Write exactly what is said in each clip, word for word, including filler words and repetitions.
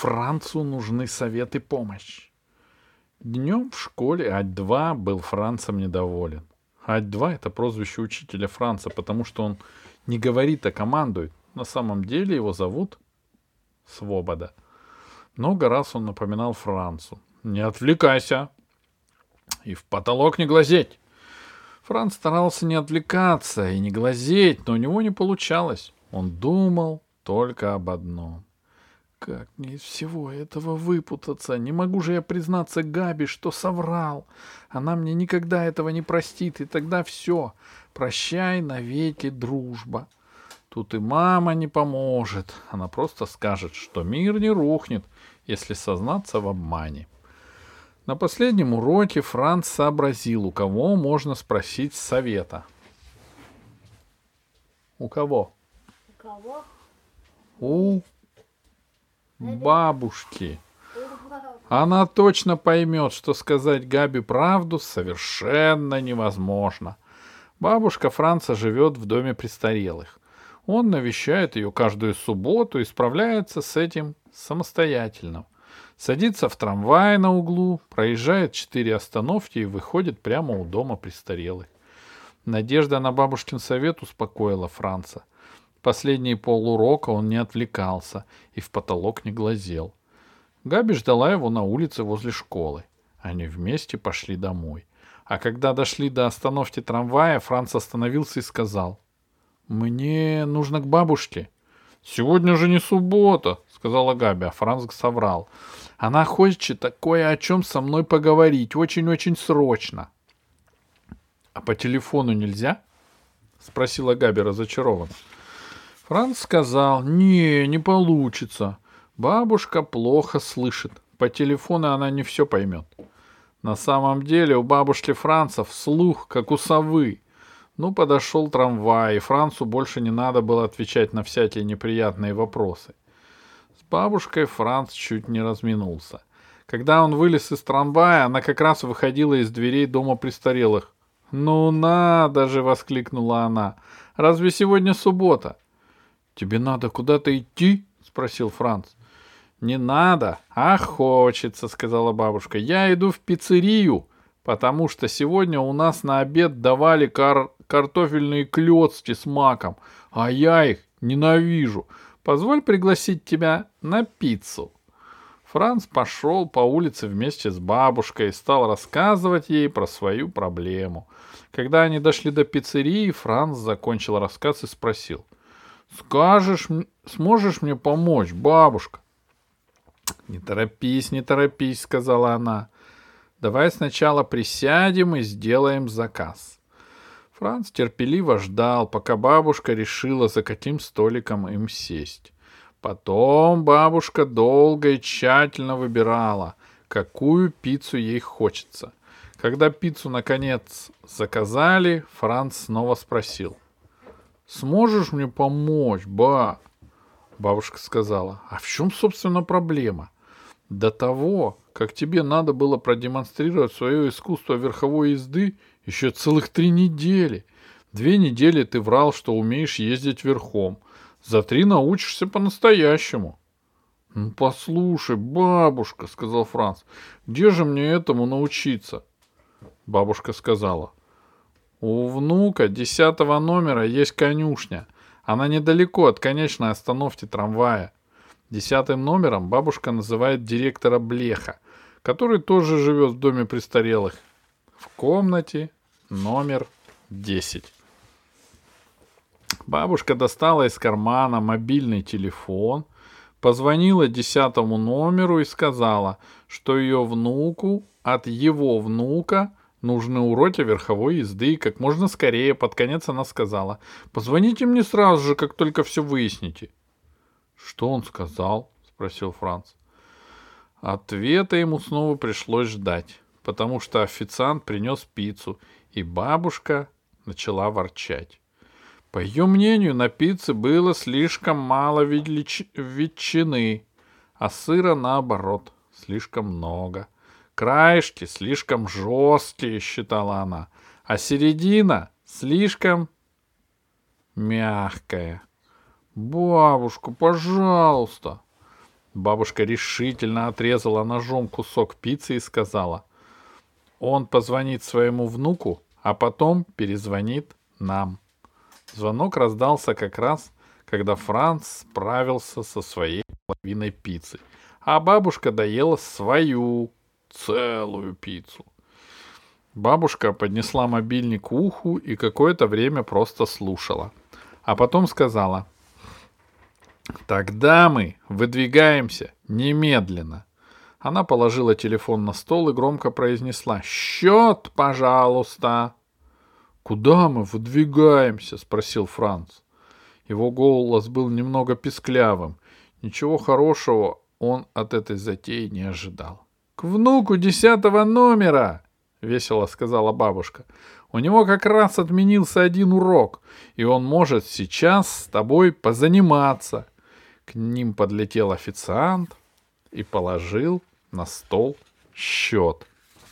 Францу нужны совет и помощь. Днем в школе Ать-два был Францем недоволен. Ать-два — это прозвище учителя Франца, потому что он не говорит, а командует. На самом деле его зовут Свобода. Много раз он напоминал Францу: «Не отвлекайся и в потолок не глазеть». Франц старался не отвлекаться и не глазеть, но у него не получалось. Он думал только об одном: как мне из всего этого выпутаться? Не могу же я признаться Габи, что соврал. Она мне никогда этого не простит, и тогда все. Прощай навеки, дружба. Тут и мама не поможет. Она просто скажет, что мир не рухнет, если сознаться в обмане. На последнем уроке Франц сообразил, у кого можно спросить совета. У кого? У кого? У бабушки. Она точно поймет, что сказать Габи правду совершенно невозможно. Бабушка Франца живет в доме престарелых. Он навещает ее каждую субботу и справляется с этим самостоятельно. Садится в трамвай на углу, проезжает четыре остановки и выходит прямо у дома престарелых. Надежда на бабушкин совет успокоила Франца. Последние полурока он не отвлекался и в потолок не глазел. Габи ждала его на улице возле школы. Они вместе пошли домой. А когда дошли до остановки трамвая, Франц остановился и сказал: «Мне нужно к бабушке». «Сегодня же не суббота», — сказала Габи, а Франц соврал. «Она хочет такое о чем со мной поговорить, очень-очень срочно». «А по телефону нельзя?» — спросила Габи разочарованно. Франц сказал: «Не, не получится. Бабушка плохо слышит. По телефону она не все поймет». На самом деле у бабушки Франца слух, как у совы. Ну, подошел трамвай, и Францу больше не надо было отвечать на всякие неприятные вопросы. С бабушкой Франц чуть не разминулся. Когда он вылез из трамвая, она как раз выходила из дверей дома престарелых. «Ну надо же!» — воскликнула она. «Разве сегодня суббота?» «Тебе надо куда-то идти?» — спросил Франц. «Не надо, а хочется», — сказала бабушка. «Я иду в пиццерию, потому что сегодня у нас на обед давали кар... картофельные клёцки с маком, а я их ненавижу. Позволь пригласить тебя на пиццу». Франц пошел по улице вместе с бабушкой и стал рассказывать ей про свою проблему. Когда они дошли до пиццерии, Франц закончил рассказ и спросил: «Скажешь, сможешь мне помочь, бабушка?» «Не торопись, не торопись», — сказала она. «Давай сначала присядем и сделаем заказ». Франц терпеливо ждал, пока бабушка решила, за каким столиком им сесть. Потом бабушка долго и тщательно выбирала, какую пиццу ей хочется. Когда пиццу, наконец, заказали, Франц снова спросил: «Сможешь мне помочь, ба?» Бабушка сказала: «А в чем, собственно, проблема? До того, как тебе надо было продемонстрировать свое искусство верховой езды, еще целых три недели. Две недели ты врал, что умеешь ездить верхом. За три научишься по-настоящему». «Ну, послушай, бабушка», — сказал Франц, — «где же мне этому научиться?» Бабушка сказала: «У внука десятого номера есть конюшня. Она недалеко от конечной остановки трамвая». Десятым номером бабушка называет директора Блеха, который тоже живет в доме престарелых, в комнате номер десять. Бабушка достала из кармана мобильный телефон, позвонила десятому номеру и сказала, что ее внуку от его внука нужны уроки верховой езды, и как можно скорее. Под конец она сказала: «Позвоните мне сразу же, как только все выясните». «Что он сказал?» — спросил Франц. Ответа ему снова пришлось ждать, потому что официант принес пиццу, и бабушка начала ворчать. По ее мнению, на пицце было слишком мало велич... ветчины, а сыра, наоборот, слишком много. Краешки слишком жесткие, считала она, а середина слишком мягкая. «Бабушка, пожалуйста!» Бабушка решительно отрезала ножом кусок пиццы и сказала: «Он позвонит своему внуку, а потом перезвонит нам». Звонок раздался как раз, когда Франц справился со своей половиной пиццы, а бабушка доела свою целую пиццу. Бабушка поднесла мобильник к уху и какое-то время просто слушала, а потом сказала: «Тогда мы выдвигаемся немедленно». Она положила телефон на стол и громко произнесла: «Счет, пожалуйста». «Куда мы выдвигаемся?» — спросил Франц. Его голос был немного писклявым. Ничего хорошего он от этой затеи не ожидал. «К внуку десятого номера!» — весело сказала бабушка. «У него как раз отменился один урок, и он может сейчас с тобой позаниматься». К ним подлетел официант и положил на стол счет.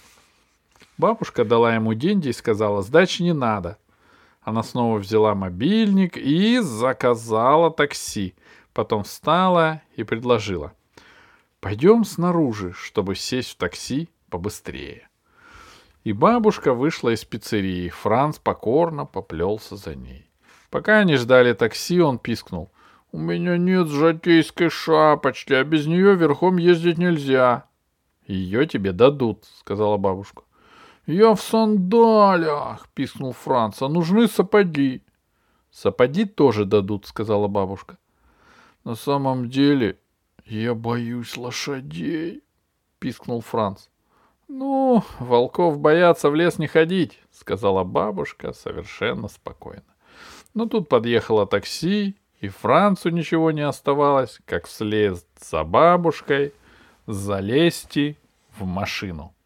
Бабушка дала ему деньги и сказала: «Сдачи не надо». Она снова взяла мобильник и заказала такси. Потом встала и предложила: «Пойдем снаружи, чтобы сесть в такси побыстрее». И бабушка вышла из пиццерии. Франц покорно поплелся за ней. Пока они ждали такси, он пискнул: «У меня нет жокейской шапочки, а без нее верхом ездить нельзя». «Ее тебе дадут», — сказала бабушка. «Я в сандалях», — пискнул Франц, — «а нужны сапоги». «Сапоги тоже дадут», — сказала бабушка. «На самом деле я боюсь лошадей», — пискнул Франц. «Ну, волков боятся в лес не ходить», — сказала бабушка совершенно спокойно. Но тут подъехало такси, и Францу ничего не оставалось, как вслед за бабушкой залезть в машину.